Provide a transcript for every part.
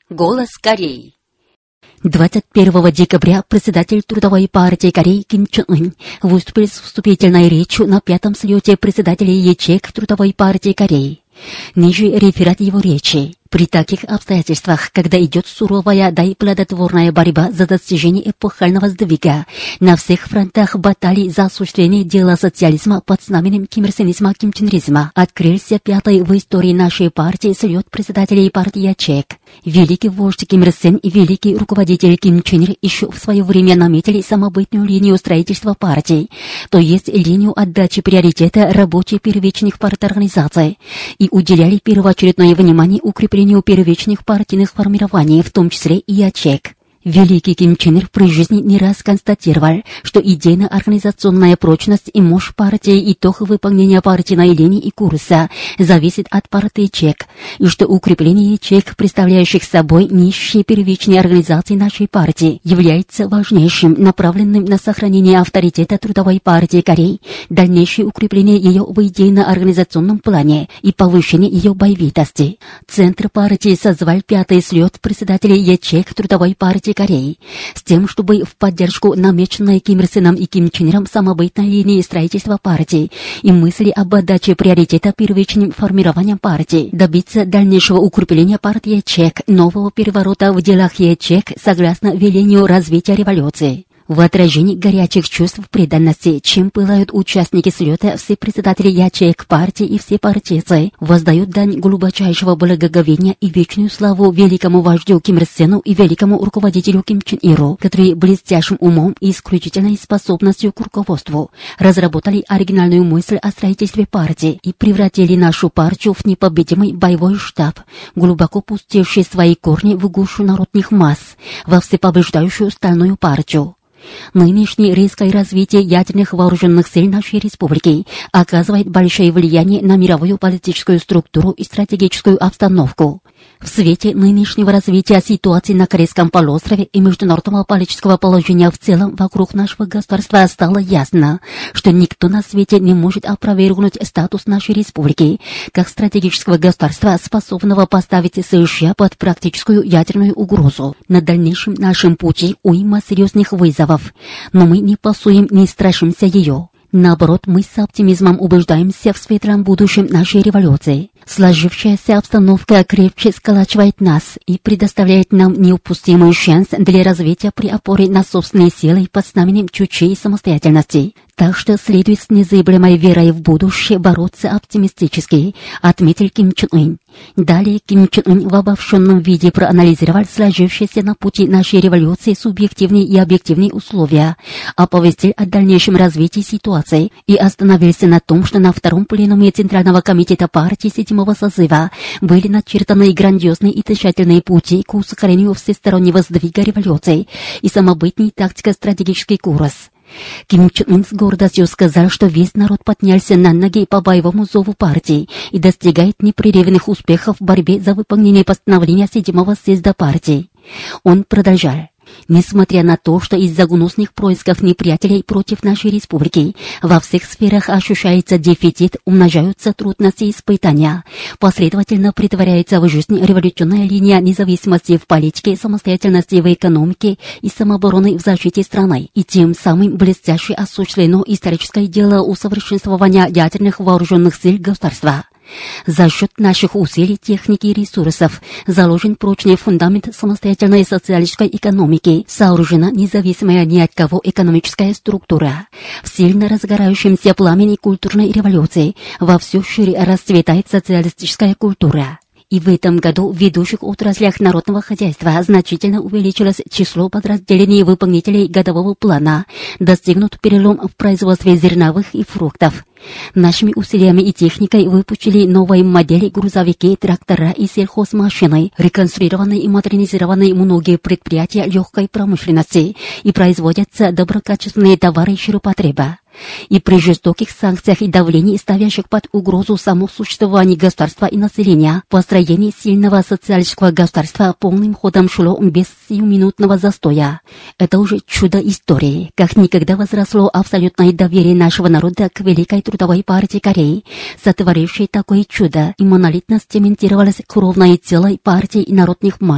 Голос Кореи. 21 декабря председатель Трудовой партии Кореи Ким Чен Ын выступил с вступительной речью на 5-м слете председателей ячеек Трудовой партии Кореи. Ниже реферат его речи. При таких обстоятельствах, когда идет суровая да и плодотворная борьба за достижение эпохального сдвига, на всех фронтах баталий за осуществление дела социализма под знаменем кимирсенизма, кимченризма, открылся 5-й в истории нашей партии слет председателей партии ячеек. Великий вождь Ким Ир Сен и великий руководитель Ким Чен Ир еще в свое время наметили самобытную линию строительства партий, то есть линию отдачи приоритета рабочей первичных парторганизаций, и уделяли первоочередное внимание укреплению первичных партийных формирований, в том числе и ячеек. Великий Ким Чен Ир при жизни не раз констатировал, что идейно-организационная прочность и мощь партии, итог выполнения партийной линии и курса зависит от партии ячеек, и что укрепление ячеек, представляющих собой низшие первичные организации нашей партии, является важнейшим, направленным на сохранение авторитета Трудовой партии Кореи, дальнейшее укрепление ее в идейно-организационном плане и повышение ее боевитости. Центр партии созвал 5-й слет председателей ячеек Трудовой партии Кореи с тем, чтобы в поддержку намеченной Ким Ир Сеном и Ким Чен Иром самобытной линии строительства партии и мысли об отдаче приоритета первичным формированием партии добиться дальнейшего укрепления партии ячеек, нового переворота в делах ячеек согласно велению развития революции. В отражении горячих чувств преданности, чем пылают участники слета, все председатели ячеек партии и все партийцы воздают дань глубочайшего благоговения и вечную славу великому вождю Ким Ир Сену и великому руководителю Ким Чен Иру, которые блестящим умом и исключительной способностью к руководству разработали оригинальную мысль о строительстве партии и превратили нашу партию в непобедимый боевой штаб, глубоко пустивший свои корни в гушу народных масс, во всепобеждающую стальную партию. Нынешнее резкое развитие ядерных вооруженных сил нашей республики оказывает большое влияние на мировую политическую структуру и стратегическую обстановку. В свете нынешнего развития ситуации на Корейском полуострове и международного политического положения в целом вокруг нашего государства стало ясно, что никто на свете не может опровергнуть статус нашей республики как стратегического государства, способного поставить США под практическую ядерную угрозу. На дальнейшем нашем пути уйма серьезных вызовов, но мы не пасуем, не страшимся ее. Наоборот, мы с оптимизмом убеждаемся в светлом будущем нашей революции. Сложившаяся обстановка крепче сколачивает нас и предоставляет нам неупустимый шанс для развития при опоре на собственные силы под знаменем чучей и самостоятельности. Так что следует с незыблемой верой в будущее бороться оптимистически, отметил Ким Чен Ын. Далее Ким Чен Ын в обобщенном виде проанализировал сложившиеся на пути нашей революции субъективные и объективные условия, оповестил о дальнейшем развитии ситуации и остановился на том, что на 2-м пленуме Центрального комитета партии 7-го созыва были начертаны грандиозные и тщательные пути к ускорению всестороннего сдвига революции и самобытный тактико-стратегический курс. Ким Чен Ын с гордостью сказал, что весь народ поднялся на ноги по боевому зову партии и достигает непрерывных успехов в борьбе за выполнение постановления 7-го съезда партии. Он продолжал. Несмотря на то, что из-за гнусных происков неприятелей против нашей республики во всех сферах ощущается дефицит, умножаются трудности и испытания, последовательно претворяется в жизнь революционная линия независимости в политике, самостоятельности в экономике и самообороны в защите страны, и тем самым блестяще осуществлено историческое дело усовершенствования ядерных вооруженных сил государства. За счет наших усилий, техники и ресурсов заложен прочный фундамент самостоятельной социалистической экономики, сооружена независимая ни от кого экономическая структура. В сильно разгорающемся пламени культурной революции во все шире расцветает социалистическая культура. И в этом году в ведущих отраслях народного хозяйства значительно увеличилось число подразделений выполнителей годового плана, достигнут перелом в производстве зерновых и фруктов. Нашими усилиями и техникой выпустили новые модели грузовики, трактора и сельхозмашины, реконструированы и модернизированы многие предприятия легкой промышленности и производятся доброкачественные товары ширпотреба. И при жестоких санкциях и давлении, ставящих под угрозу само существование государства и населения, построение сильного социалистического государства полным ходом шло без сиюминутного застоя. Это уже чудо истории, как никогда возросло абсолютное доверие нашего народа к Великой Трудовой партии Кореи, сотворившей такое чудо, и монолитно цементировалось кровное тело партии и народных масс.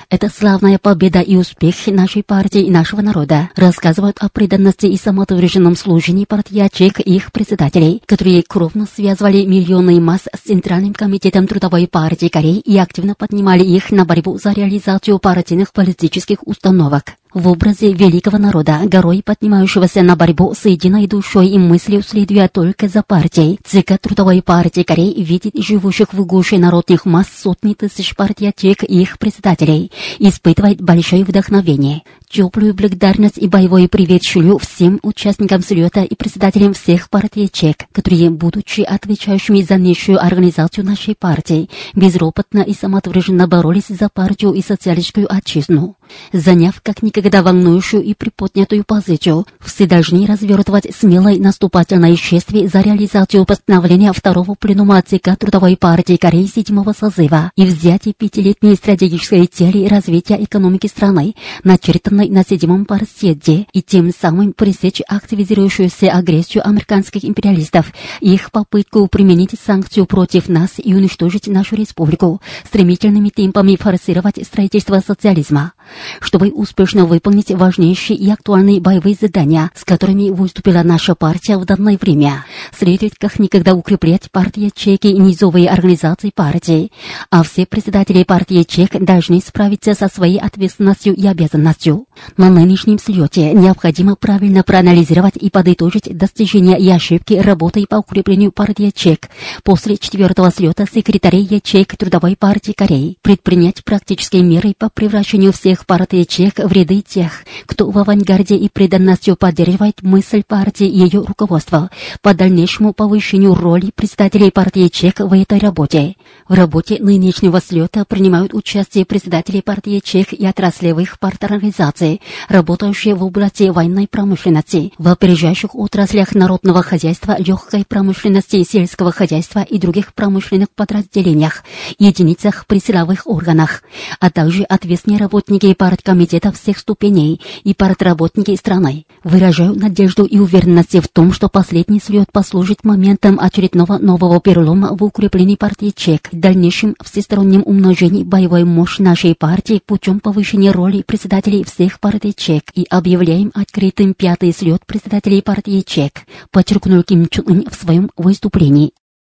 Это славная победа и успех нашей партии и нашего народа. Рассказывают о преданности и самоотверженном служении партии ячеек и их председателей, которые кровно связывали миллионы масс с Центральным комитетом Трудовой партии Кореи и активно поднимали их на борьбу за реализацию партийных политических установок. В образе великого народа, горой поднимающегося на борьбу с единой душой и мыслью, следуя только за партией, ЦК Трудовой партии Кореи видит живущих в гуще народных масс сотни тысяч партий ячеек и их председателей, испытывает большое вдохновение, теплую благодарность и боевой привет шлю всем участникам слета и председателям всех партий ячеек, которые, будучи отвечающими за нищую организацию нашей партии, безропотно и самоотверженно боролись за партию и социалистическую отчизну. Заняв как никогда волнующую и приподнятую позицию, все должны развертывать смелое наступательное шествие за реализацию постановления второго пленума ЦК Трудовой партии Кореи 7-го созыва и взятие 5-летней стратегической цели развития экономики страны, начертанной на 7-м парсъезде, и тем самым пресечь активизирующуюся агрессию американских империалистов и их попытку применить санкцию против нас и уничтожить нашу республику, стремительными темпами форсировать строительство социализма. Чтобы успешно выполнить важнейшие и актуальные боевые задания, с которыми выступила наша партия в данное время, следует как никогда укреплять партии ячейки и низовые организации партии, а все председатели партии ячеек должны справиться со своей ответственностью и обязанностью. На нынешнем слете необходимо правильно проанализировать и подытожить достижения и ошибки работы по укреплению партии ячеек после 4-го слета секретарей ячеек Трудовой партии Кореи, предпринять практические меры по превращению всех партий ячеек в ряды тех, кто в авангарде и преданностью поддерживает мысль партии и ее руководства по дальнейшему повышению роли председателей партии ячеек в этой работе. В работе нынешнего слета принимают участие председатели партии ячеек и отраслевых парторганизаций, работающие в области военной промышленности, в опережающих отраслях народного хозяйства, легкой промышленности, сельского хозяйства и других промышленных подразделениях, единицах при силовых органах, а также ответственные работники парткомитета всех ступеней и партработники страны. Выражаю надежду и уверенность в том, что последний слет послужит моментом очередного нового перелома в укреплении партии ячеек, в дальнейшем всестороннем умножении боевой мощи нашей партии путем повышения роли председателей всех партий ячеек и объявляем открытым 5-й слет председателей партии ячеек, подчеркнул Ким Чен Ын в своем выступлении.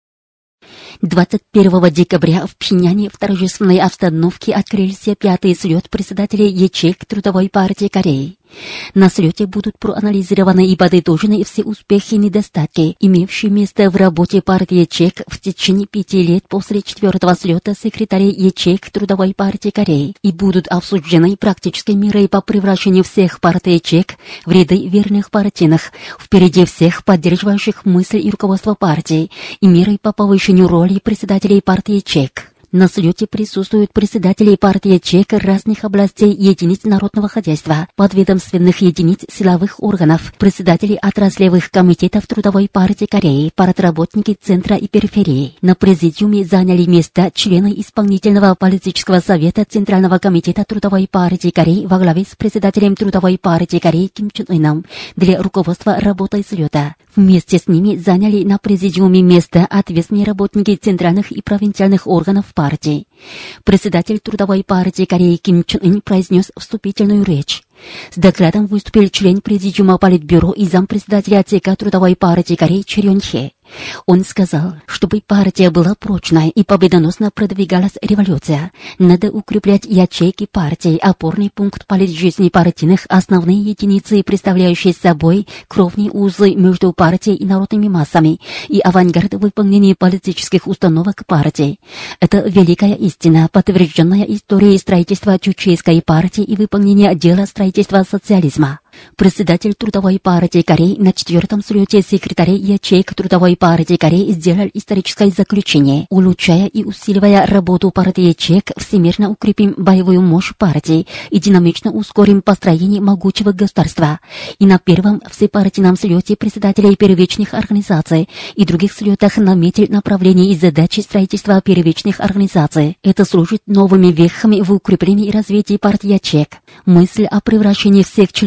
21 декабря в Пхеньяне в торжественной обстановке открылся 5-й слет председателей ячеек Трудовой партии Кореи. На слете будут проанализированы и подытожены все успехи и недостатки, имевшие место в работе партии ячеек в течение 5 лет после 4-го слета секретарей ячеек Трудовой партии Кореи, и будут обсуждены практические меры по превращению всех партий ячеек в ряды верных партийных, впереди всех поддерживающих мысль и руководство партии, и меры по повышению роли председателей партии ячеек. На слете присутствуют председатели партии ячеек разных областей единиц народного хозяйства, подведомственных единиц силовых органов, председатели отраслевых комитетов Трудовой партии Кореи, партработники центра и периферии. На президиуме заняли места члены исполнительного политического совета Центрального комитета Трудовой партии Кореи во главе с председателем Трудовой партии Кореи Ким Чен Ыном для руководства работой слета. Вместе с ними заняли на президиуме место ответственные работники центральных и провинциальных органов партии. Председатель Трудовой партии Кореи Ким Чен Ын произнес вступительную речь. С докладом выступил член президиума Политбюро и зампредседателя ЦК Трудовой партии Кореи Чжэ Рён-хе. Он сказал, чтобы партия была прочной и победоносно продвигалась революция, надо укреплять ячейки партии, опорный пункт политжизни партийных, основные единицы, представляющие собой кровные узлы между партией и народными массами, и авангард выполнения политических установок партии. Это великая истина, подтвержденная историей строительства Чучейской партии и выполнения дела строительства социализма. Председатель Трудовой партии Кореи на 4-м слете секретарей ячеек Трудовой партии Кореи сделал историческое заключение. Улучшая и усиливая работу партии ячеек, всемирно укрепим боевую мощь партии и динамично ускорим построение могучего государства. И на 1-м всепартийном слете председателей первичных организаций и других слетах наметил направление и задачи строительства первичных организаций. Это служит новыми вехами в укреплении и развитии партии ячеек. Мысль о превращении всех членов партии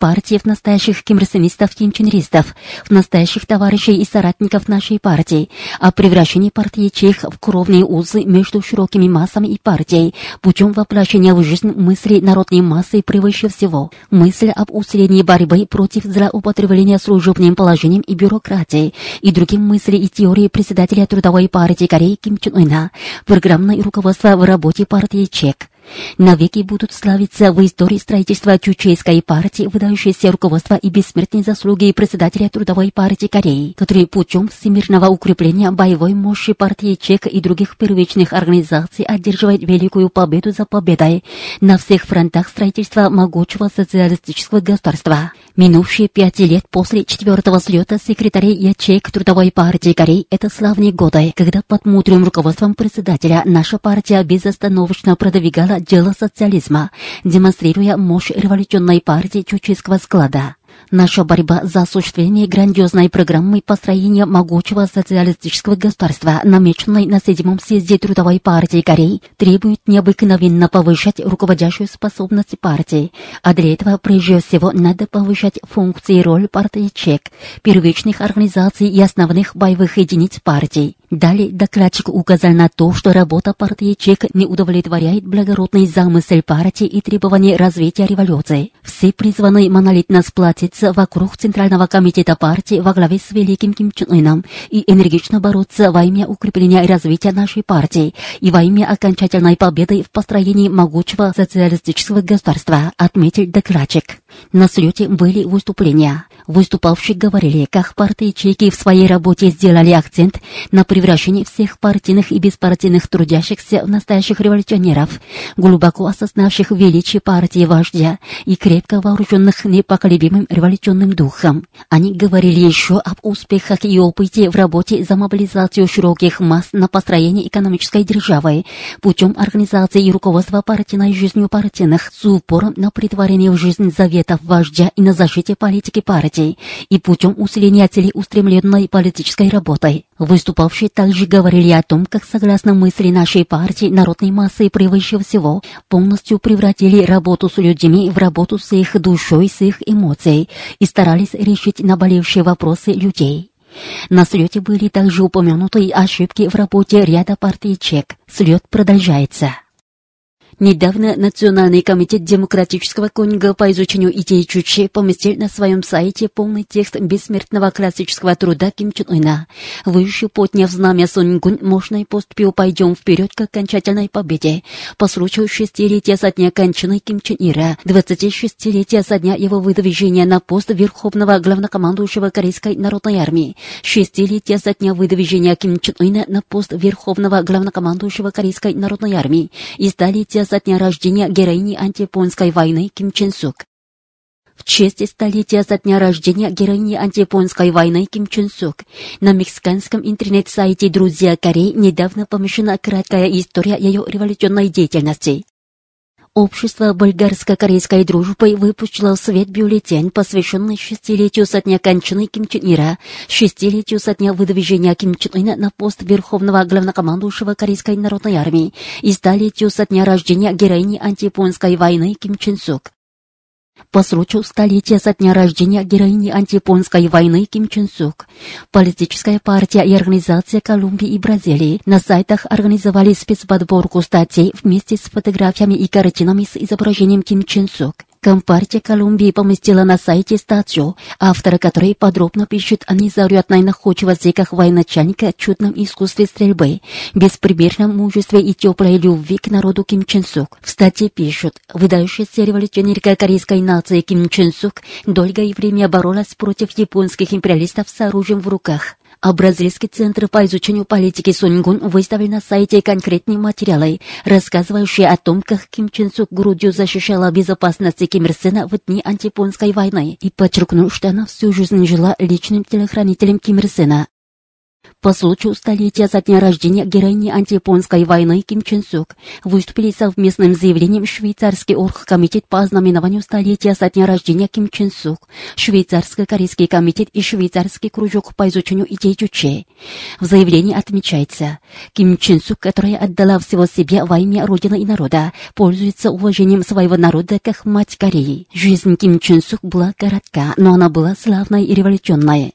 партии в настоящих кимрсенистов-кимченристов, в настоящих товарищей и соратников нашей партии, о превращении партии ячеек в кровные узы между широкими массами и партией путем воплощения в жизнь мысли народной массы превыше всего. Мысль об усилении борьбы против злоупотребления служебным положением и бюрократией и другим мысли и теории председателя Трудовой партии Кореи Ким Чен Ына, программное руководство в работе партии ЧЕК. Навеки будут славиться в истории строительства Чучейской партии выдающееся руководство и бессмертные заслуги председателя Трудовой партии Кореи, который путем всемирного укрепления боевой мощи партии ЧЕК и других первичных организаций одерживает великую победу за победой на всех фронтах строительства могучего социалистического государства. Минувшие 5 лет после 4-го слета секретарей ячеек Трудовой партии Кореи — это славные годы, когда под мудрым руководством председателя наша партия безостановочно продвигала дело социализма, демонстрируя мощь революционной партии Чучейского склада. Наша борьба за осуществление грандиозной программы построения могучего социалистического государства, намеченной на 7-м съезде Трудовой партии Кореи, требует необыкновенно повышать руководящую способность партии, а для этого прежде всего надо повышать функции и роль партии ЧЕК, первичных организаций и основных боевых единиц партии. Далее докладчик указал на то, что работа партии ЧЕК не удовлетворяет благородный замысел партии и требования развития революции. Все призваны монолитно сплотиться вокруг Центрального комитета партии во главе с великим Ким Чен Ыном и энергично бороться во имя укрепления и развития нашей партии и во имя окончательной победы в построении могучего социалистического государства, отметил докладчик. На слете были выступления. Выступавшие говорили, как партии ЧЕК в своей работе сделали акцент на превращении всех партийных и беспартийных трудящихся в настоящих революционеров, глубоко осознавших величие партии вождя и крепко вооруженных непоколебимым революционным духом. Они говорили еще об успехах и опыте в работе за мобилизацию широких масс на построение экономической державы путем организации и руководства партийной жизнью партийных с упором на претворение в жизнь заветов вождя и на защите политики партии и путем усиления целеустремленной политической работы. Выступавшие также говорили о том, как согласно мысли нашей партии народной массы превыше всего полностью превратили работу с людьми в работу с их душой, с их эмоцией и старались решить наболевшие вопросы людей. На слете были также упомянуты ошибки в работе ряда партий ЧЕК. Слет продолжается. Недавно Национальный комитет демократического конинга по изучению идей Чучхе поместил на своем сайте полный текст бессмертного классического труда Ким Чен Ына. Выше подняв знамя Сунгун, мощной поступью пойдем вперед к окончательной победе. По случаю 6-летия со дня кончины Ким Чен Ира, 26-летия со дня его выдвижения на пост Верховного главнокомандующего Корейской народной армии, 6-летия со дня выдвижения Ким Чен Ына на пост Верховного главнокомандующего Корейской народной армии и 100-летия со дня рождения героини антияпонской войны Ким Чен Сук. В честь 100-летия со дня рождения героини антияпонской войны Ким Чен Сук на мексиканском интернет-сайте «Друзья Кореи» недавно помещена краткая история ее революционной деятельности. Общество болгарско-корейской дружбы выпустило в свет бюллетень, посвященный 6-летию со дня кончины Ким Чен Ира, 6-летию со дня выдвижения Ким Чен Ына на пост Верховного главнокомандующего Корейской народной армии и 100-летию со дня рождения героини антияпонской войны Ким Чен Сук. По случаю 100-летия со дня рождения героини антияпонской войны Ким Чен Сук, политическая партия и организация Колумбии и Бразилии на сайтах организовали спецподборку статей вместе с фотографиями и картинами с изображением Ким Чен Сук. Компартия Колумбии поместила на сайте статью, авторы которой подробно пишут о незаурядной находчивости как военачальника, чудном искусстве стрельбы, беспримерном мужестве и теплой любви к народу Ким Чен Сук. В статье пишут: выдающаяся революционерка корейской нации Ким Чен Сук долгое время боролась против японских империалистов с оружием в руках. А Бразильский центр по изучению политики Сунгун выставил на сайте конкретные материалы, рассказывающие о том, как Ким Чен Сук грудью защищала безопасность Ким Ир Сена в дни антияпонской войны и подчеркнул, что она всю жизнь жила личным телохранителем Ким Ир Сена. По случаю столетия со дня рождения героини антияпонской войны Ким Чен Сок выступили совместным заявлением Швейцарский оргкомитет по ознаменованию столетия со дня рождения Ким Чен Сок, Швейцарско-корейский комитет и Швейцарский кружок по изучению идей Чуче. В заявлении отмечается, Ким Чен Сок, которая отдала всего себя во имя Родины и народа, пользуется уважением своего народа как мать Кореи. Жизнь Ким Чен Сок была коротка, но она была славной и революционной.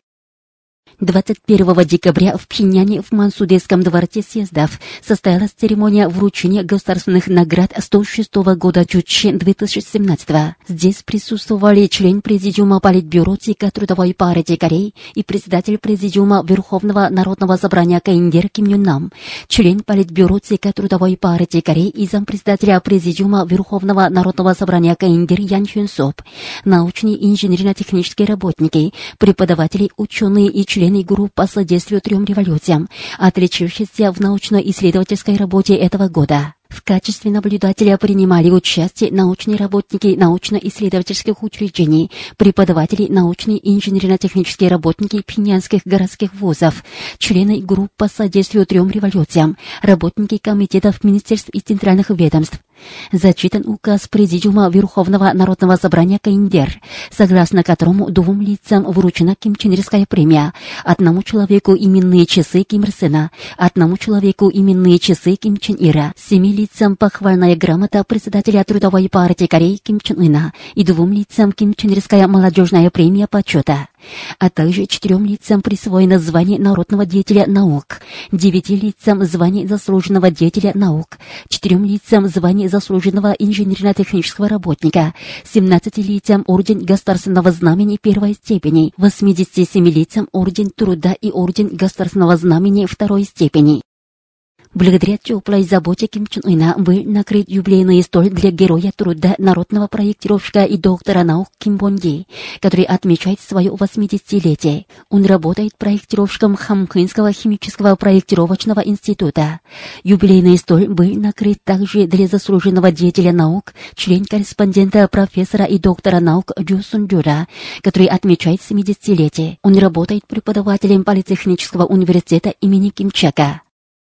21 декабря в Пхеньяне в Мансудейском дворце съездов состоялась церемония вручения государственных наград 106 года Чуче 2017. Здесь присутствовали член Президиума Политбюро ЦК Трудовой партии Кореи и председатель Президиума Верховного народного собрания КНДР Ким Юн Нам, член Политбюро ЦК Трудовой партии Кореи и зампредседателя Президиума Верховного народного собрания КНДР Ян Хён Соп, научные и инженерно-технические работники, преподаватели, ученые и члены групп по содействию 3 революциям, отличившихся в научно-исследовательской работе этого года. В качестве наблюдателя принимали участие научные работники научно-исследовательских учреждений, преподаватели, научные и инженерно-технические работники пхеньянских городских вузов, члены групп по содействию 3 революциям, работники комитетов, министерств и центральных ведомств. Зачитан указ Президиума Верховного народного собрания КНДР, согласно которому 2 лицам вручена Ким Чен Ирская премия, 1 человеку именные часы Ким Ир Сена, 1 человеку именные часы Ким Чен Ира, 7 лицам похвальная грамота председателя Трудовой партии Кореи Ким Чен Ына и 2 лицам Ким Чен Ирская молодежная премия почета, а также 4 лицам присвоено звание народного деятеля наук, 9 лицам звание заслуженного деятеля наук, 4 лицам звание заслуженного инженерно-технического работника, 17 лицам орден Государственного знамени 1 степени, 87 лицам орден Труда и орден Государственного знамени 2 степени. Благодаря теплой заботе Ким Чен Ына был накрыт юбилейный стол для героя труда, народного проектировщика и доктора наук Ким Бон Ди, который отмечает свое 80-летие. Он работает проектировщиком Хамхынского химического проектировочного института. Юбилейный стол был накрыт также для заслуженного деятеля наук, член-корреспондента профессора и доктора наук Джу Сун Джура, который отмечает 70-летие. Он работает преподавателем Политехнического университета имени Ким Чака.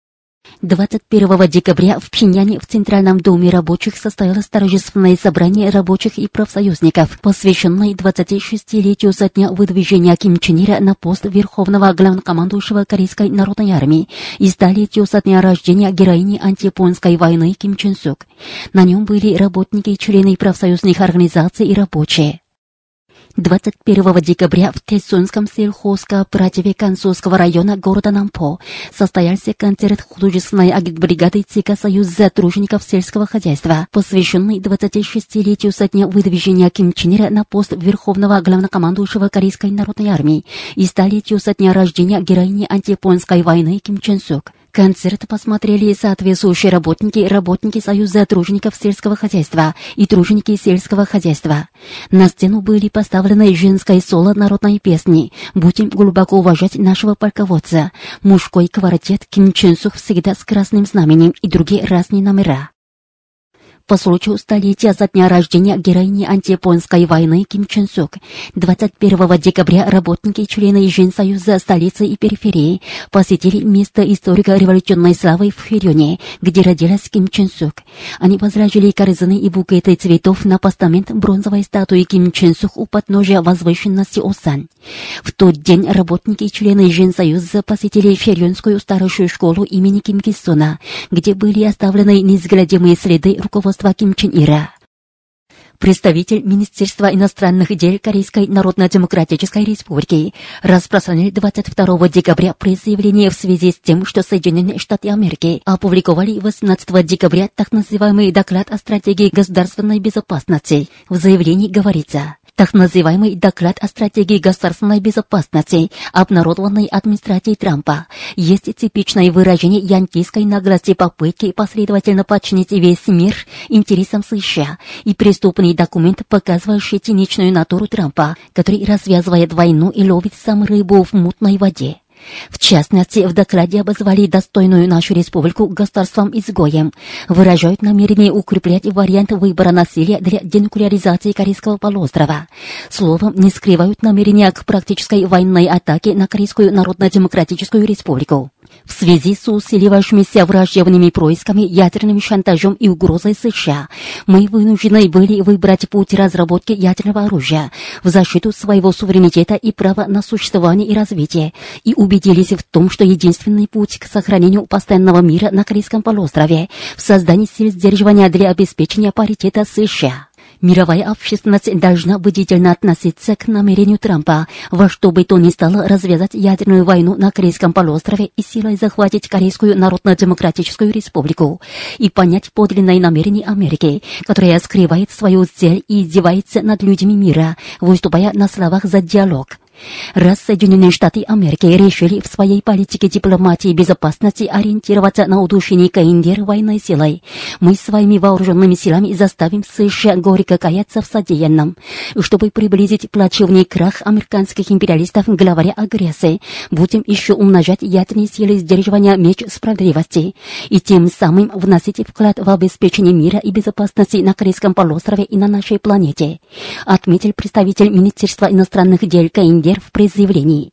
21 декабря в Пхеньяне в Центральном доме рабочих состоялось торжественное собрание рабочих и профсоюзников, посвященное 26-летию со дня выдвижения Ким Чен Ира на пост Верховного главнокомандующего Корейской народной армии и 100-летию со дня рождения героини антияпонской войны Ким Чен Сок. На нем были работники, члены профсоюзных организаций и рабочие. 21 декабря в Тэсунском сельхозкооперативе Кансуйского района города Нампо состоялся концерт художественной агитбригады ЦК Союза тружеников сельского хозяйства, посвященный 26-летию со дня выдвижения Ким Чен Ира на пост Верховного главнокомандующего Корейской народной армии и 100-летию со дня рождения героини антияпонской войны Ким Чен Сок. Концерт посмотрели соответствующие работники Союза тружеников сельского хозяйства и труженики сельского хозяйства. На сцену были поставлены женское соло народной песни «Будем глубоко уважать нашего полководца», мужской квартет Ким Чен Сок всегда с красным знаменем и другие разные номера. По случаю столетия со дня рождения героини антияпонской войны Ким Чен Сок 21 декабря работники и члены Женсоюза столицы и периферии посетили место историко-революционной славы в Хэрёне, где родилась Ким Чен Сок. Они возложили корзины и букеты цветов на постамент бронзовой статуи Ким Чен Сок у подножия возвышенности Осан. В тот день работники и члены Женсоюза посетили Хэрёнскую старшую школу имени Ким Кил Сона, где были оставлены неизгладимые следы руководства Ким Чен Ира. Представитель Министерства иностранных дел Корейской Народно-Демократической Республики распространил 22 декабря пресс-заявление в связи с тем, что Соединенные Штаты Америки опубликовали 18 декабря так называемый доклад о стратегии государственной безопасности. В заявлении говорится: так называемый доклад о стратегии государственной безопасности, обнародованный администрацией Трампа, есть типичное выражение янкийской наглости попытки последовательно подчинить весь мир интересам США и преступный документ, показывающий циничную натуру Трампа, который развязывает войну и ловит сам рыбу в мутной воде. В частности, в докладе обозвали достойную нашу республику государством-изгоем, выражают намерение укреплять вариант выбора насилия для денуклеаризации Корейского полуострова. Словом, не скрывают намерения к практической военной атаке на Корейскую Народно-Демократическую Республику. В связи с усиливающимися враждебными происками, ядерным шантажом и угрозой США, мы вынуждены были выбрать путь разработки ядерного оружия в защиту своего суверенитета и права на существование и развитие, и убедились в том, что единственный путь к сохранению постоянного мира на Корейском полуострове в создании сил сдерживания для обеспечения паритета США. Мировая общественность должна бдительно относиться к намерению Трампа во что бы то ни стало развязать ядерную войну на Корейском полуострове и силой захватить Корейскую Народно-Демократическую Республику и понять подлинное намерение Америки, которая скрывает свою цель и издевается над людьми мира, выступая на словах за диалог. Раз Соединенные Штаты Америки решили в своей политике дипломатии и безопасности ориентироваться на удушение КНДР военной силой, мы своими вооруженными силами заставим США горько каяться в содеянном. Чтобы приблизить плачевный крах американских империалистов к главаре агрессии, будем еще умножать ядерные силы сдерживания меч справедливости и тем самым вносить вклад в обеспечение мира и безопасности на Корейском полуострове и на нашей планете, отметил представитель Министерства иностранных дел КНДР в пресс-заявлении.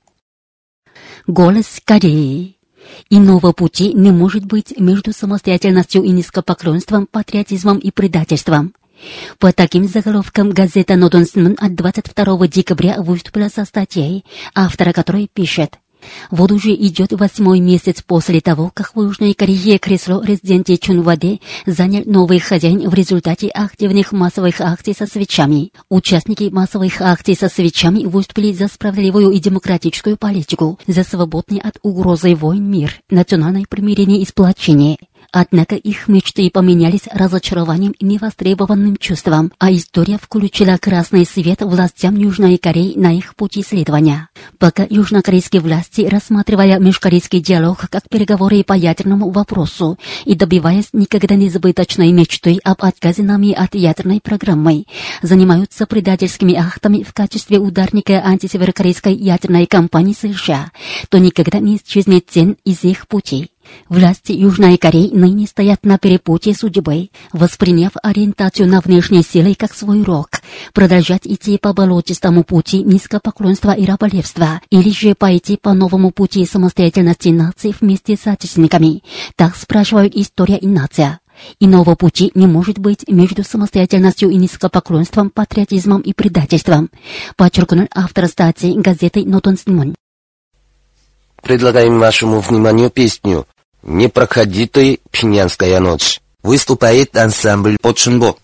Голос Кореи. Иного пути не может быть между самостоятельностью и низкопоклонством, патриотизмом и предательством. По таким заголовкам газета «Нодонсман» от 22 декабря выступила со статьей, автора которой пишет: вот уже идет 8-й месяц после того, как в Южной Корее кресло резидента Чунваде занял новый хозяин в результате активных массовых акций со свечами. Участники массовых акций со свечами выступили за справедливую и демократическую политику, за свободный от угрозы войн мир, национальное примирение и сплочение. Однако их мечты поменялись разочарованием и невостребованным чувством, а история включила красный свет властям Южной Кореи на их пути следования. Пока южнокорейские власти, рассматривая межкорейский диалог как переговоры по ядерному вопросу и добиваясь никогда несбыточной мечты об отказе нами от ядерной программы, занимаются предательскими актами в качестве ударника антисеверокорейской ядерной кампании США, то никогда не исчезнет тень из их пути. Власти Южной Кореи ныне стоят на перепутье судьбы, восприняв ориентацию на внешние силы как свой рок, продолжать идти по болотистому пути низкопоклонства и раболепства, или же пойти по новому пути самостоятельности нации вместе с отечественниками. Так спрашивают история и нация. Иного пути не может быть между самостоятельностью и низкопоклонством, патриотизмом и предательством, подчеркнул автор статьи газеты «Нодонсман». Предлагаем вашему вниманию песню «Не проходи ты, пхеньянская ночь». Выступает ансамбль «Почунбо».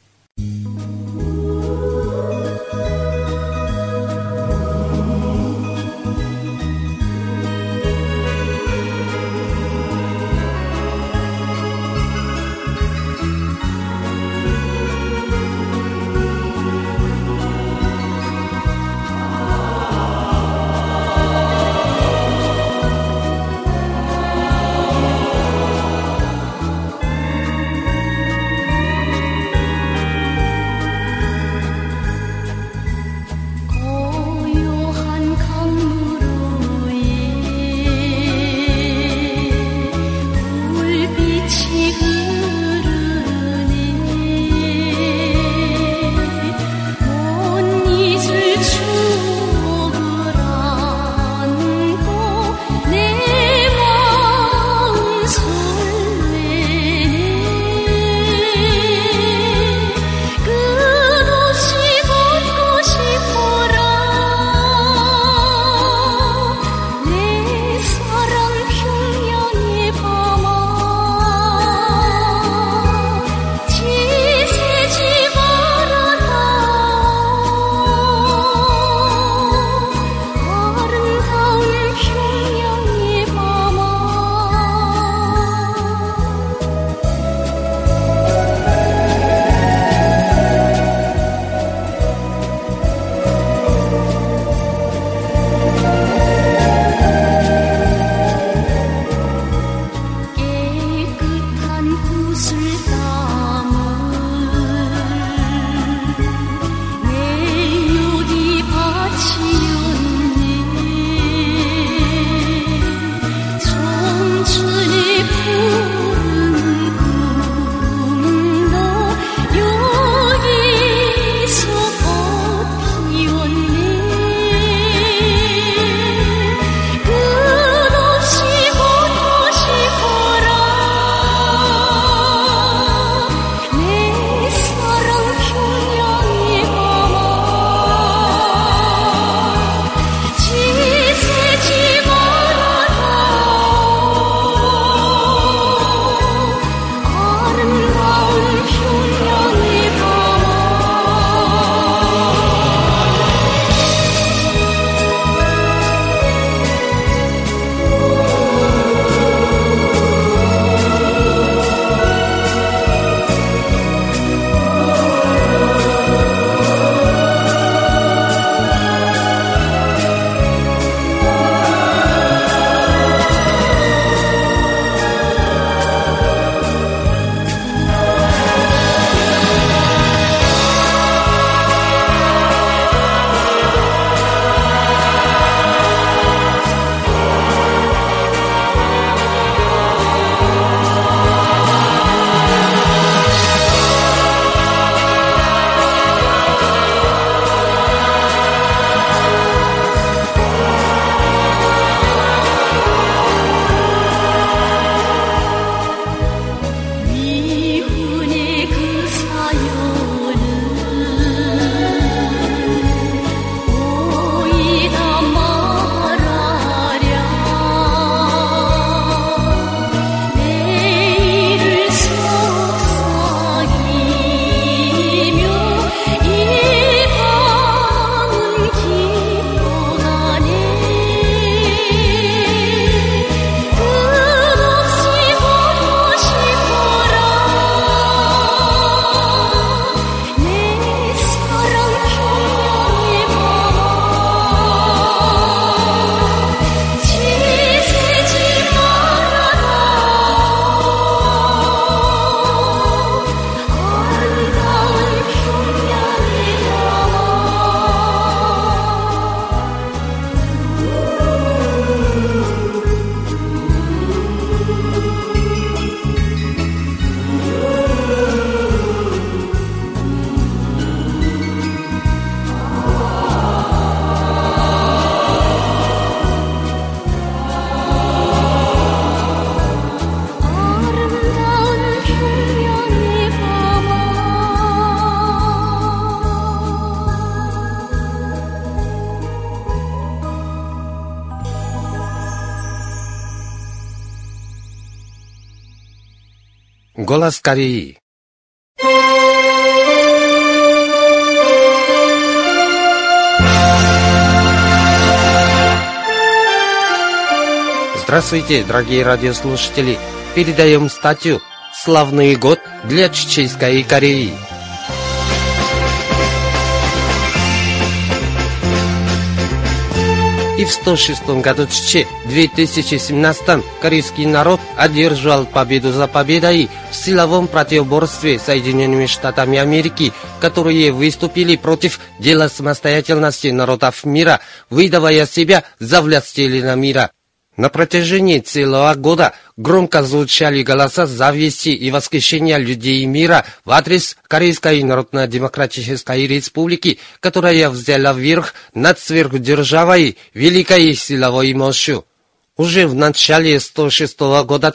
Голос Кореи. Здравствуйте, дорогие радиослушатели! Передаем статью «Славный год для Чеченской Кореи». И в 106 году 2017 корейский народ одержал победу за победой в силовом противоборстве с Соединенными Штатами Америки, которые выступили против дела самостоятельности народов мира, выдавая себя за властелина мира. На протяжении целого года громко звучали голоса зависти и восхищения людей мира в адрес Корейской Народно-Демократической Республики, которая взяла верх над сверхдержавой великой силовой мощью. Уже в начале 106 года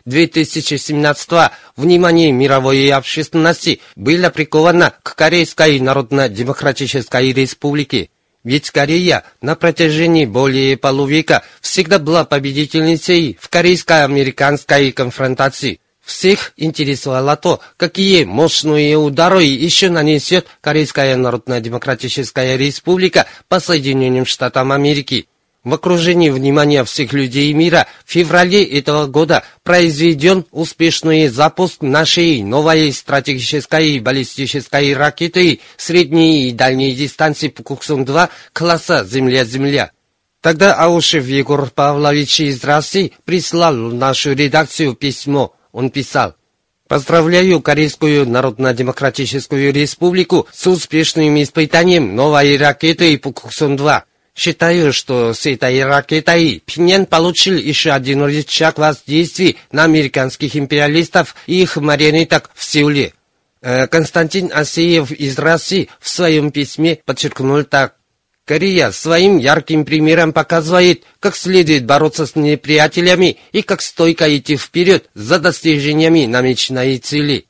2017 внимание мировой общественности было приковано к Корейской Народно-Демократической Республике. Ведь Корея на протяжении более полувека всегда была победительницей в корейско-американской конфронтации. Всех интересовало то, какие мощные удары еще нанесет Корейская Народно-Демократическая Республика по Соединенным Штатам Америки. В окружении внимания всех людей мира в феврале этого года произведен успешный запуск нашей новой стратегической баллистической ракеты средней и дальней дистанции Пуксун-2 класса «Земля-Земля». Тогда Аушев Егор Павлович из России прислал в нашу редакцию письмо. Он писал: «Поздравляю Корейскую Народно-Демократическую Республику с успешным испытанием новой ракеты Пуксун-2. Считаю, что с этой ракетой Пхеньян получил еще один рычаг воздействия на американских империалистов и их марионеток в Сеуле». Константин Асеев из России в своем письме подчеркнул так: «Корея своим ярким примером показывает, как следует бороться с неприятелями и как стойко идти вперед за достижениями намеченной цели».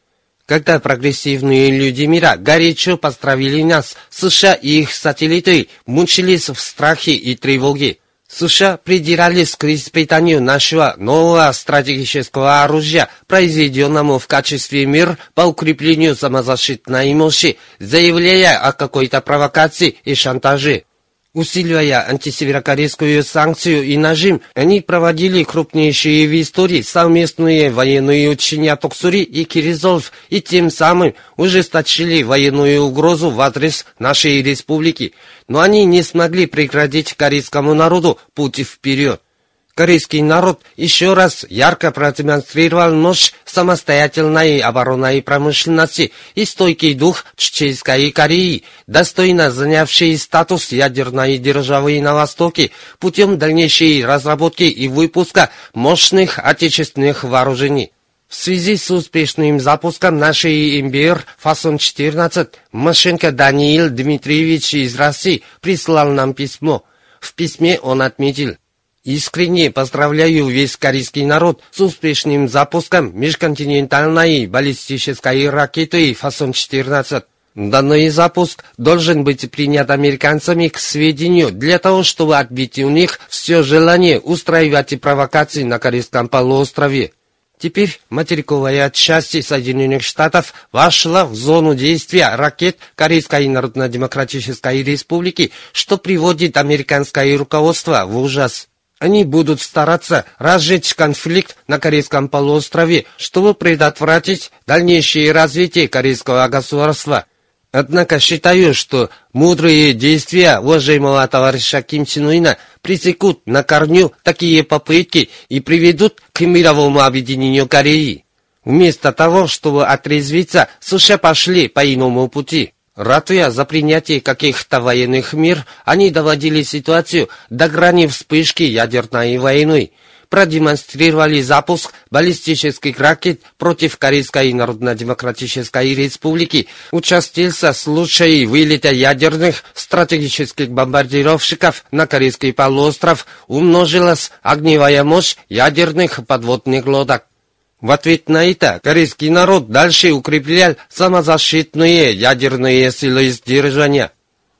Когда прогрессивные люди мира горячо поздравили нас, США и их сателлиты мучились в страхе и тревоге. США придирались к испытанию нашего нового стратегического оружия, произведенному в качестве мер по укреплению самозащитной мощи, заявляя о какой-то провокации и шантаже. Усиливая антисеверокорейскую санкцию и нажим, они проводили крупнейшие в истории совместные военные учения Токсури и Киризов и тем самым ужесточили военную угрозу в адрес нашей республики. Но они не смогли преградить корейскому народу путь вперед. Корейский народ еще раз ярко продемонстрировал мощь самостоятельной оборонной промышленности и стойкий дух Чеченской Кореи, достойно занявшей статус ядерной державы на Востоке путем дальнейшей разработки и выпуска мощных отечественных вооружений. В связи с успешным запуском нашей МБР Фасон-14 Машенко Даниил Дмитриевич из России прислал нам письмо. В письме он отметил: «Искренне поздравляю весь корейский народ с успешным запуском межконтинентальной баллистической ракеты Фасон-14. Данный запуск должен быть принят американцами к сведению для того, чтобы отбить у них все желание устраивать провокации на Корейском полуострове. Теперь материковая часть Соединенных Штатов вошла в зону действия ракет Корейской Народно-Демократической Республики, что приводит американское руководство в ужас. Они будут стараться разжечь конфликт на Корейском полуострове, чтобы предотвратить дальнейшее развитие корейского государства. Однако считаю, что мудрые действия уважаемого товарища Ким Чен Ына пресекут на корню такие попытки и приведут к мировому объединению Кореи. Вместо того, чтобы отрезвиться, США пошли по иному пути. Ратуя за принятие каких-то военных мер, они доводили ситуацию до грани вспышки ядерной войны, продемонстрировали запуск баллистических ракет против Корейской Народно-Демократической Республики, участился случай вылета ядерных стратегических бомбардировщиков на Корейский полуостров, умножилась огневая мощь ядерных подводных лодок. В ответ на это корейский народ дальше укреплял самозащитные ядерные силы сдержания.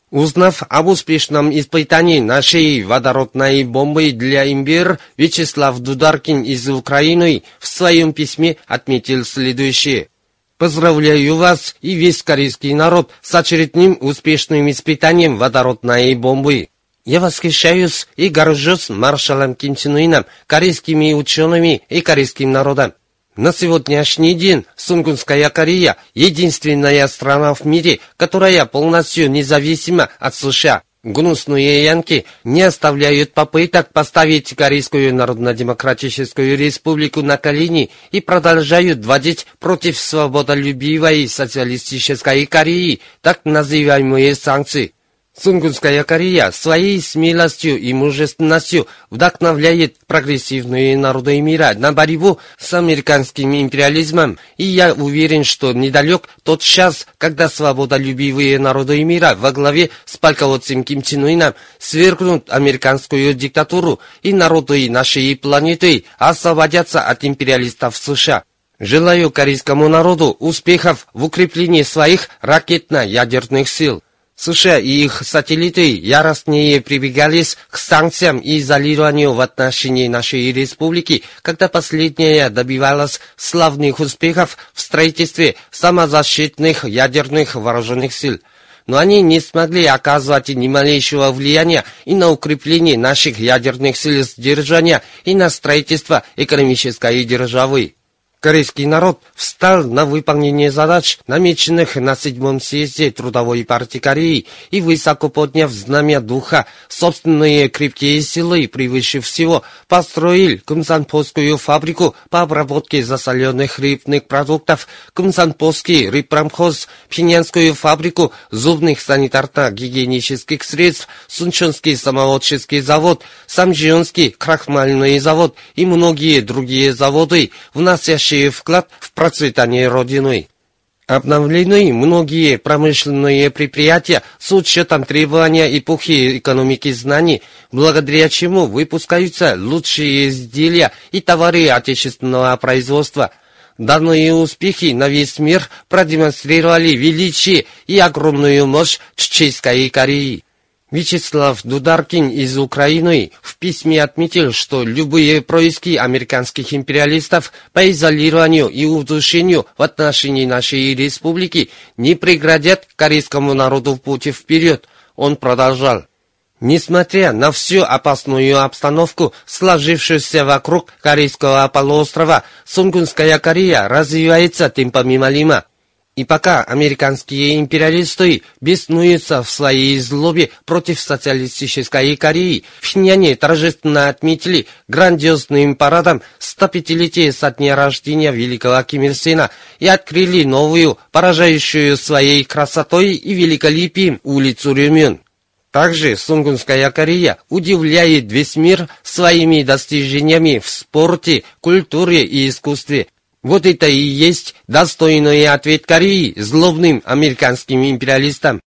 Узнав об успешном испытании нашей водородной бомбы для имбирь, Вячеслав Дударкин из Украины в своем письме отметил следующее. Поздравляю вас и весь корейский народ с очередным успешным испытанием водородной бомбы. Я восхищаюсь и горжусь маршалом Ким Чен Ыном, корейскими учеными и корейским народом. На сегодняшний день Сунгунская Корея – единственная страна в мире, которая полностью независима от США. Гнусные янки не оставляют попыток поставить Корейскую Народно-Демократическую Республику на колени и продолжают вводить против свободолюбивой социалистической Кореи так называемые санкции. Сунгунская Корея своей смелостью и мужественностью вдохновляет прогрессивные народы мира на борьбу с американским империализмом, и я уверен, что недалек тот час, когда свободолюбивые народы мира во главе с полководцем Ким Чен Ыном свергнут американскую диктатуру, и народы нашей планеты освободятся от империалистов США. Желаю корейскому народу успехов в укреплении своих ракетно-ядерных сил. США и их сателлиты яростнее прибегались к санкциям и изолированию в отношении нашей республики, когда последняя добивалась славных успехов в строительстве самозащитных ядерных вооруженных сил. Но они не смогли оказывать ни малейшего влияния и на укрепление наших ядерных сил сдержания, и на строительство экономической державы. Корейский народ встал на выполнение задач, намеченных на 7-м съезде Трудовой партии Кореи, и, высоко подняв знамя духа, собственные крепкие силы превыше всего, построил Кумсанпосскую фабрику по обработке засоленных рыбных продуктов, Кумсанпосский рыбпромхоз, Пхеньянскую фабрику зубных санитарно-гигиенических средств, Сунчонский самоводческий завод, Самжионский крахмальный завод и многие другие заводы, вносящие вклад в процветание Родины. Обновлены многие промышленные предприятия с учетом требования эпохи экономики знаний, благодаря чему выпускаются лучшие изделия и товары отечественного производства. Данные успехи на весь мир продемонстрировали величие и огромную мощь Чеченской Кореи. Вячеслав Дударкин из Украины в письме отметил, что любые происки американских империалистов по изолированию и удушению в отношении нашей республики не преградят корейскому народу пути вперед. Он продолжал. Несмотря на всю опасную обстановку, сложившуюся вокруг Корейского полуострова, Сунгунская Корея развивается темпами малима. И пока американские империалисты беснуются в своей злобе против социалистической Кореи, в Пхеньяне торжественно отметили грандиозным парадом 105-летие со дня рождения великого Ким Ир Сена и открыли новую, поражающую своей красотой и великолепием улицу Рюмён. Также Сунгунская Корея удивляет весь мир своими достижениями в спорте, культуре и искусстве. Вот это и есть достойный ответ Кореи злобным американским империалистам.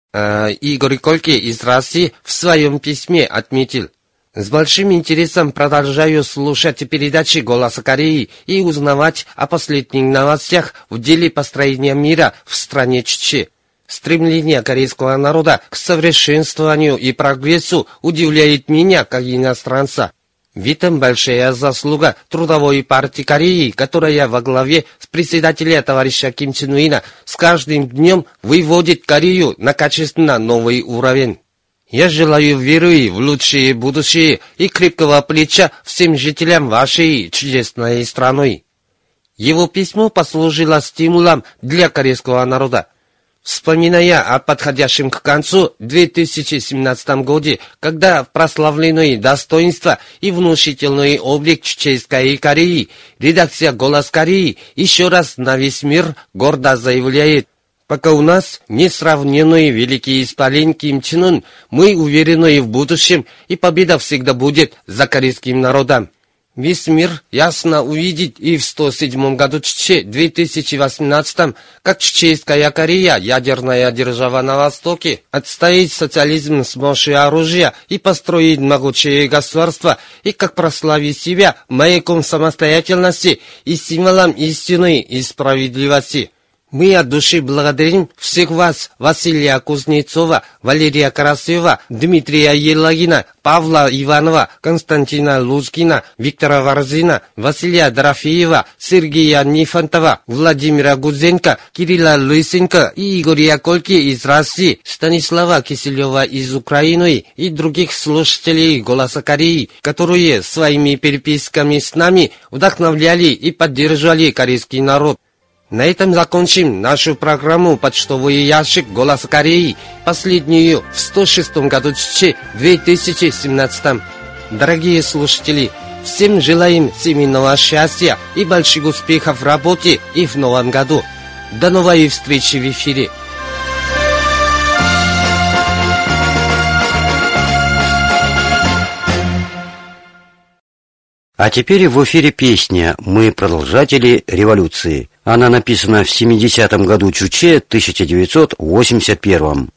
Игорь Кольке из России в своем письме отметил. С большим интересом продолжаю слушать передачи «Голоса Кореи» и узнавать о последних новостях в деле построения мира в стране Чечи. Стремление корейского народа к совершенствованию и прогрессу удивляет меня как иностранца. В этом большая заслуга Трудовой партии Кореи, которая во главе с председателем товарища Ким Чен Ына с каждым днем выводит Корею на качественно новый уровень. Я желаю веры в лучшее будущее и крепкого плеча всем жителям вашей чудесной страны. Его письмо послужило стимулом для корейского народа. Вспоминая о подходящем к концу 2017 году, когда прославленные достоинства и внушительный облик Чеченской Кореи, редакция «Голос Кореи» еще раз на весь мир гордо заявляет: пока у нас несравненный великий исполин Ким Чен Ын, мы уверены в будущем, и победа всегда будет за корейским народом. Весь мир ясно увидит и в 107 году Чече 2018, как Чеченская Корея, ядерная держава на Востоке, отстоит социализм с помощью оружия и построит могучее государство, и как прославит себя маяком самостоятельности и символом истины и справедливости. Мы от души благодарим всех вас, Василия Кузнецова, Валерия Карасева, Дмитрия Елагина, Павла Иванова, Константина Лузгина, Виктора Варзина, Василия Дорофеева, Сергея Нифонтова, Владимира Гудзенко, Кирилла Лысенко и Игоря Кольки из России, Станислава Киселева из Украины и других слушателей «Голоса Кореи», которые своими переписками с нами вдохновляли и поддерживали корейский народ. На этом закончим нашу программу «Почтовый ящик Голос Кореи», последнюю в 106 году 2017. Дорогие слушатели, всем желаем семейного счастья и больших успехов в работе и в новом году. До новой встречи в эфире. А теперь в эфире песня «Мы продолжатели революции». Она написана в 70-м году Чуче, 1981.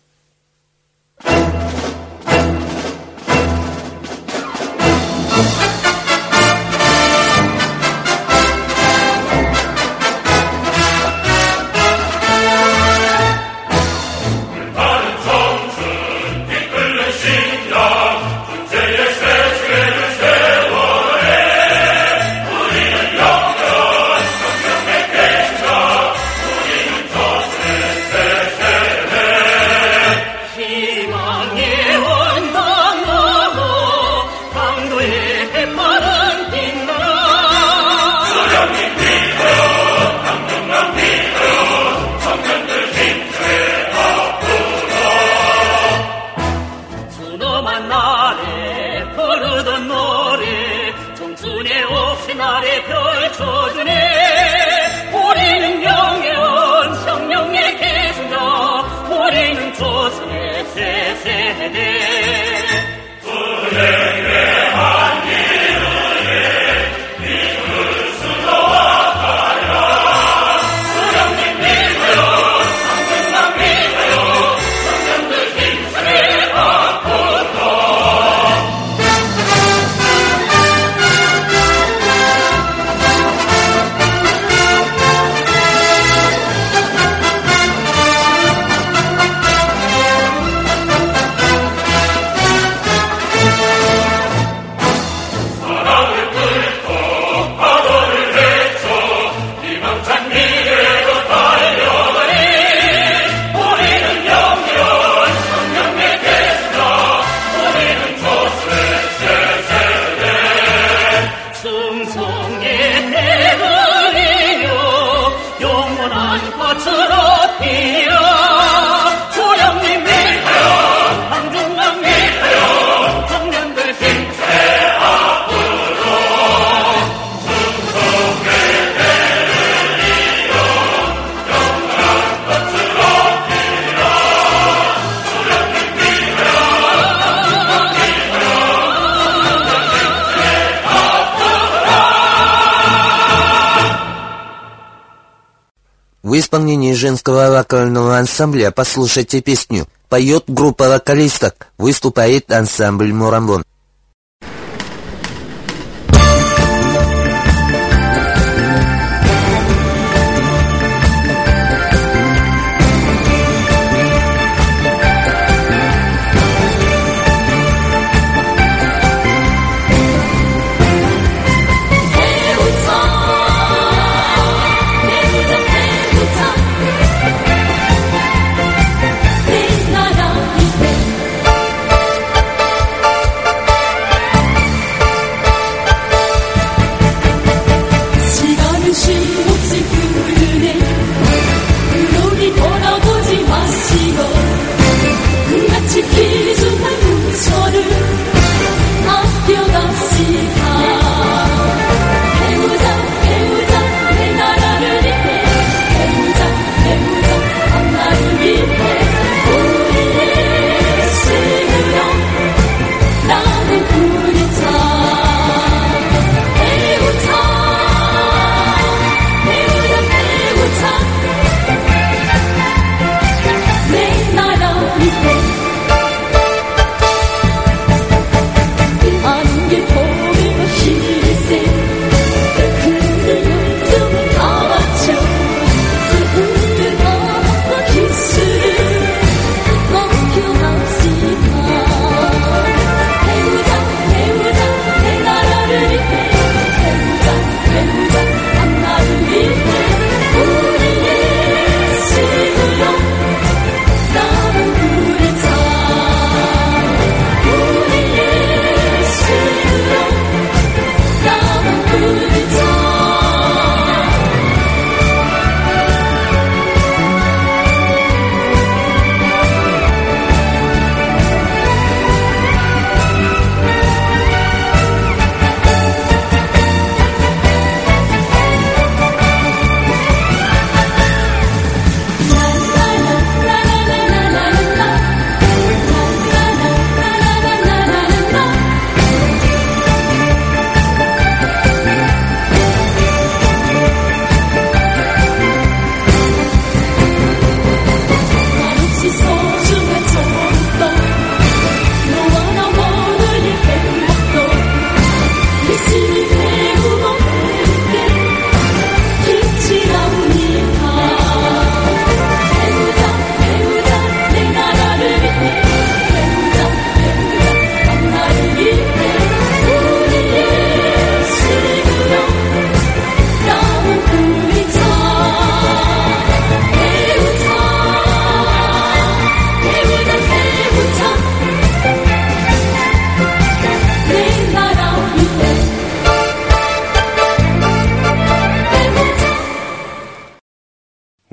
В исполнении женского вокального ансамбля «Послушайте песню» поет группа вокалисток, выступает ансамбль «Морамбон».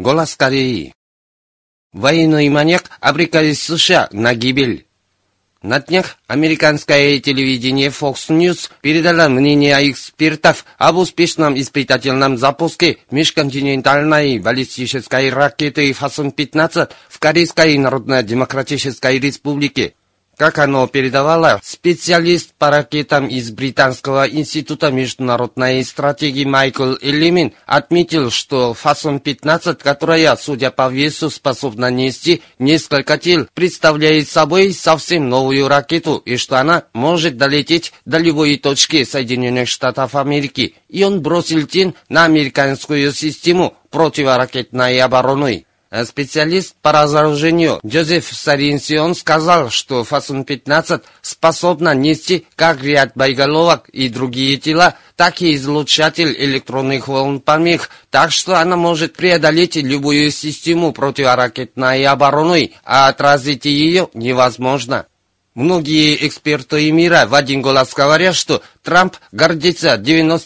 Голос Кореи. Военный маньяк обрекает США на гибель. На днях американское телевидение Fox News передало мнение экспертов об успешном испытательном запуске межконтинентальной баллистической ракеты «Фасон-15» в Корейской Народно-Демократической Республике. Как оно передавало, специалист по ракетам из Британского института международной стратегии Майкл Эллимин отметил, что «Фасон-15», которая, судя по весу, способна нести несколько тел, представляет собой совсем новую ракету и что она может долететь до любой точки Соединенных Штатов Америки, и он бросил тень на американскую систему противоракетной обороны. Специалист по разоружению Джозеф Саринсион сказал, что «Фасон-15» способна нести как ряд боеголовок и другие тела, так и излучатель электронных волн помех, так что она может преодолеть любую систему противоракетной обороны, а отразить ее невозможно. Многие эксперты мира в один голос говорят, что Трамп гордится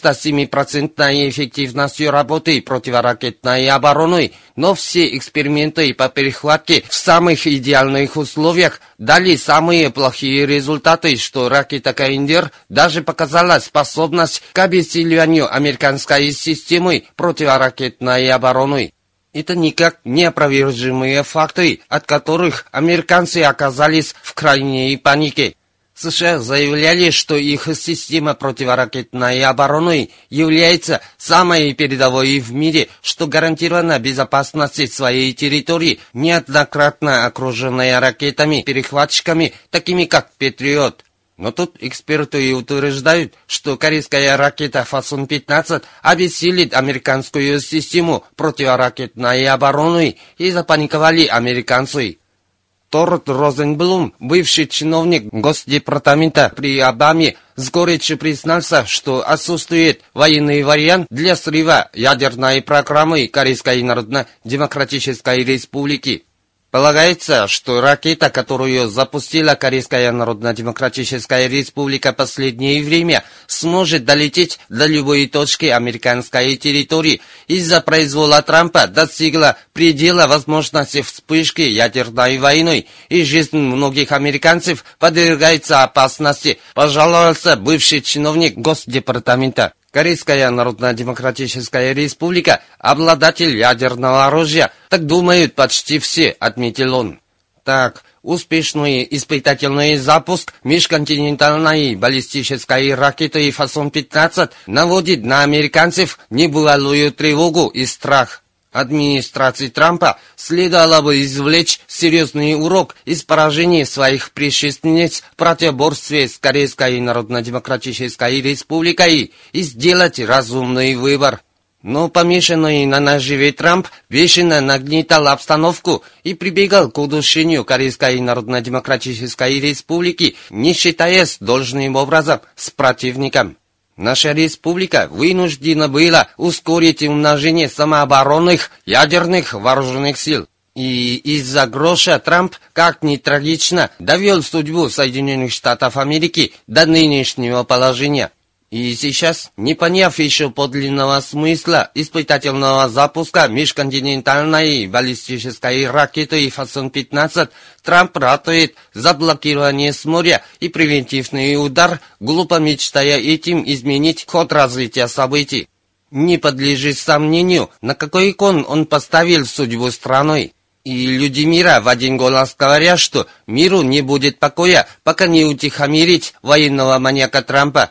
97% эффективностью работы противоракетной обороны, но все эксперименты по перехватке в самых идеальных условиях дали самые плохие результаты, что ракета «Каиндер» даже показала способность к обессиливанию американской системы противоракетной обороны. Это никак не опровержимые факты, от которых американцы оказались в крайней панике. США заявляли, что их система противоракетной обороны является самой передовой в мире, что гарантирована безопасность своей территории, неоднократно окруженная ракетами-перехватчиками, такими как «Патриот». Но тут эксперты утверждают, что корейская ракета «Фасон-15» обессилит американскую систему противоракетной обороны, и запаниковали американцы. Торт Розенблум, бывший чиновник Госдепартамента при Обаме, с горечью признался, что отсутствует военный вариант для срыва ядерной программы Корейской Народно-Демократической Республики. Полагается, что ракета, которую запустила Корейская Народно-Демократическая Республика в последнее время, сможет долететь до любой точки американской территории. Из-за произвола Трампа достигла предела возможности вспышки ядерной войны, и жизнь многих американцев подвергается опасности, пожаловался бывший чиновник Госдепартамента. Корейская Народно-Демократическая Республика – обладатель ядерного оружия, так думают почти все, отметил он. Так, успешный испытательный запуск межконтинентальной баллистической ракеты «Фасон-15» наводит на американцев небывалую тревогу и страх. Администрации Трампа следовало бы извлечь серьезный урок из поражения своих предшественниц в противоборстве с Корейской Народно-Демократической Республикой и сделать разумный выбор. Но помешанный на наживе Трамп вечно нагнетал обстановку и прибегал к удушению Корейской Народно-Демократической Республики, не считаясь должным образом с противником. Наша республика вынуждена была ускорить умножение самооборонных ядерных вооруженных сил. И из-за гроша Трамп, как ни трагично, довел судьбу Соединенных Штатов Америки до нынешнего положения. И сейчас, не поняв еще подлинного смысла испытательного запуска межконтинентальной баллистической ракеты «Фасон-15», Трамп ратует за блокирование с моря и превентивный удар, глупо мечтая этим изменить ход развития событий. Не подлежит сомнению, на какой кон он поставил судьбу страны. И люди мира в один голос говорят, что миру не будет покоя, пока не утихомирить военного маньяка Трампа.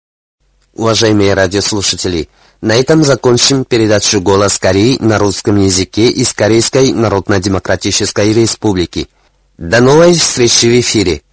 Уважаемые радиослушатели, на этом закончим передачу «Голос Кореи» на русском языке из Корейской Народно-Демократической Республики. До новой встречи в эфире.